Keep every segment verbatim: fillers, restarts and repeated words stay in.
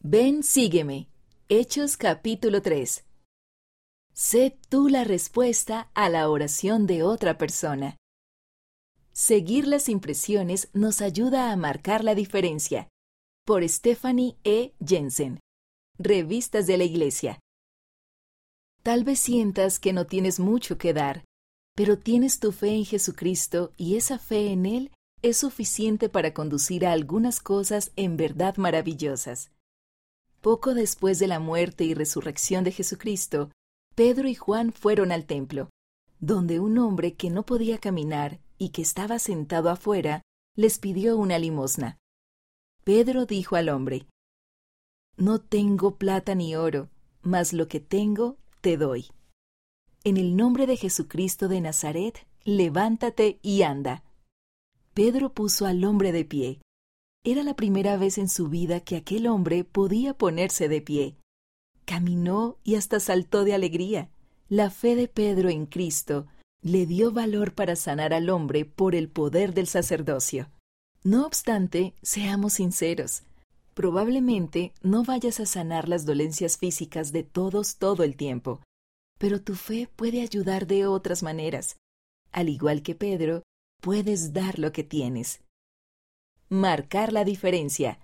Ven, sígueme. Hechos capítulo tres. Sé tú la respuesta a la oración de otra persona. Seguir las impresiones nos ayuda a marcar la diferencia. Por Stephanie E. Jensen. Revistas de la Iglesia. Tal vez sientas que no tienes mucho que dar, pero tienes tu fe en Jesucristo y esa fe en Él es suficiente para conducir a algunas cosas en verdad maravillosas. Poco después de la muerte y resurrección de Jesucristo, Pedro y Juan fueron al templo, donde un hombre que no podía caminar y que estaba sentado afuera les pidió una limosna. Pedro dijo al hombre: «No tengo plata ni oro, mas lo que tengo te doy. En el nombre de Jesucristo de Nazaret, levántate y anda». Pedro puso al hombre de pie. Era la primera vez en su vida que aquel hombre podía ponerse de pie. Caminó y hasta saltó de alegría. La fe de Pedro en Cristo le dio valor para sanar al hombre por el poder del sacerdocio. No obstante, seamos sinceros. Probablemente no vayas a sanar las dolencias físicas de todos todo el tiempo, pero tu fe puede ayudar de otras maneras. Al igual que Pedro, puedes dar lo que tienes. Marcar la diferencia.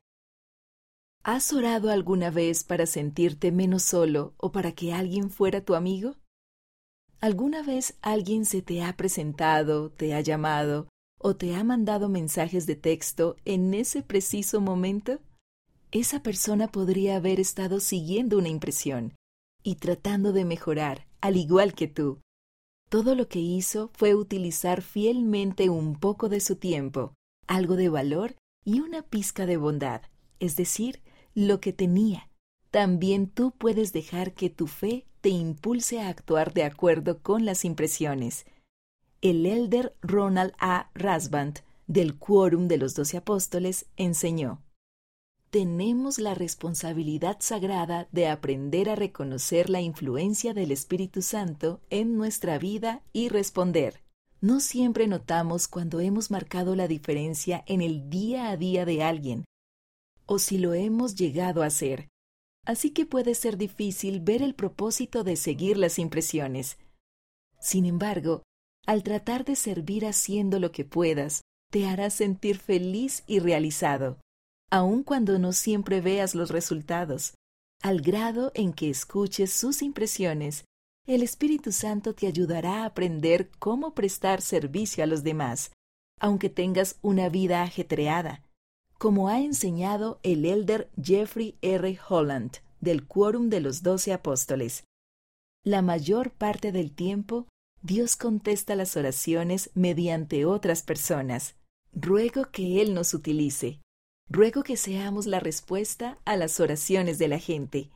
¿Has orado alguna vez para sentirte menos solo o para que alguien fuera tu amigo? ¿Alguna vez alguien se te ha presentado, te ha llamado o te ha mandado mensajes de texto en ese preciso momento? Esa persona podría haber estado siguiendo una impresión y tratando de mejorar, al igual que tú. Todo lo que hizo fue utilizar fielmente un poco de su tiempo, algo de valor y una pizca de bondad, es decir, lo que tenía. También tú puedes dejar que tu fe te impulse a actuar de acuerdo con las impresiones. El elder Ronald A. Rasband, del Quórum de los Doce Apóstoles, enseñó: «Tenemos la responsabilidad sagrada de aprender a reconocer la influencia del Espíritu Santo en nuestra vida y responder». No siempre notamos cuando hemos marcado la diferencia en el día a día de alguien, o si lo hemos llegado a hacer. Así que puede ser difícil ver el propósito de seguir las impresiones. Sin embargo, al tratar de servir haciendo lo que puedas, te hará sentir feliz y realizado, aun cuando no siempre veas los resultados. Al grado en que escuches sus impresiones, el Espíritu Santo te ayudará a aprender cómo prestar servicio a los demás, aunque tengas una vida ajetreada, como ha enseñado el elder Jeffrey R. Holland, del Quórum de los Doce Apóstoles. La mayor parte del tiempo, Dios contesta las oraciones mediante otras personas. Ruego que Él nos utilice. Ruego que seamos la respuesta a las oraciones de la gente.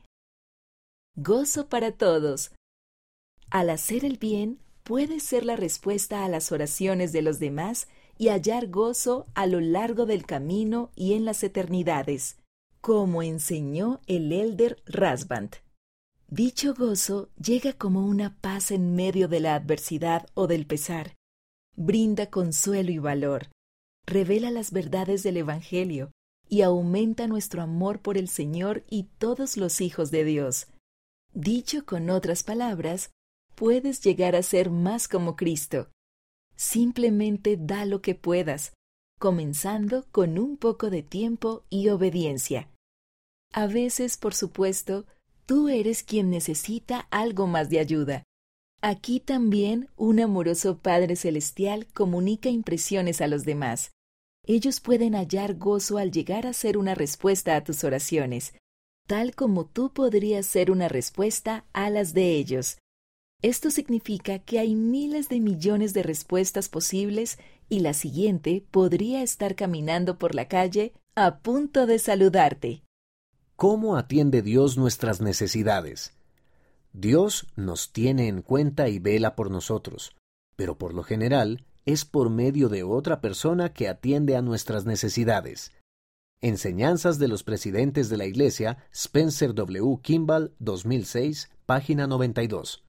Gozo para todos. Al hacer el bien, puedes ser la respuesta a las oraciones de los demás y hallar gozo a lo largo del camino y en las eternidades, como enseñó el elder Rasband. Dicho gozo llega como una paz en medio de la adversidad o del pesar. Brinda consuelo y valor, revela las verdades del Evangelio y aumenta nuestro amor por el Señor y todos los hijos de Dios. Dicho con otras palabras, puedes llegar a ser más como Cristo. Simplemente da lo que puedas, comenzando con un poco de tiempo y obediencia. A veces, por supuesto, tú eres quien necesita algo más de ayuda. Aquí también un amoroso Padre Celestial comunica impresiones a los demás. Ellos pueden hallar gozo al llegar a ser una respuesta a tus oraciones, tal como tú podrías ser una respuesta a las de ellos. Esto significa que hay miles de millones de respuestas posibles y la siguiente podría estar caminando por la calle a punto de saludarte. ¿Cómo atiende Dios nuestras necesidades? Dios nos tiene en cuenta y vela por nosotros, pero por lo general es por medio de otra persona que atiende a nuestras necesidades. Enseñanzas de los Presidentes de la Iglesia, Spencer W. Kimball, dos mil seis, página noventa y dos.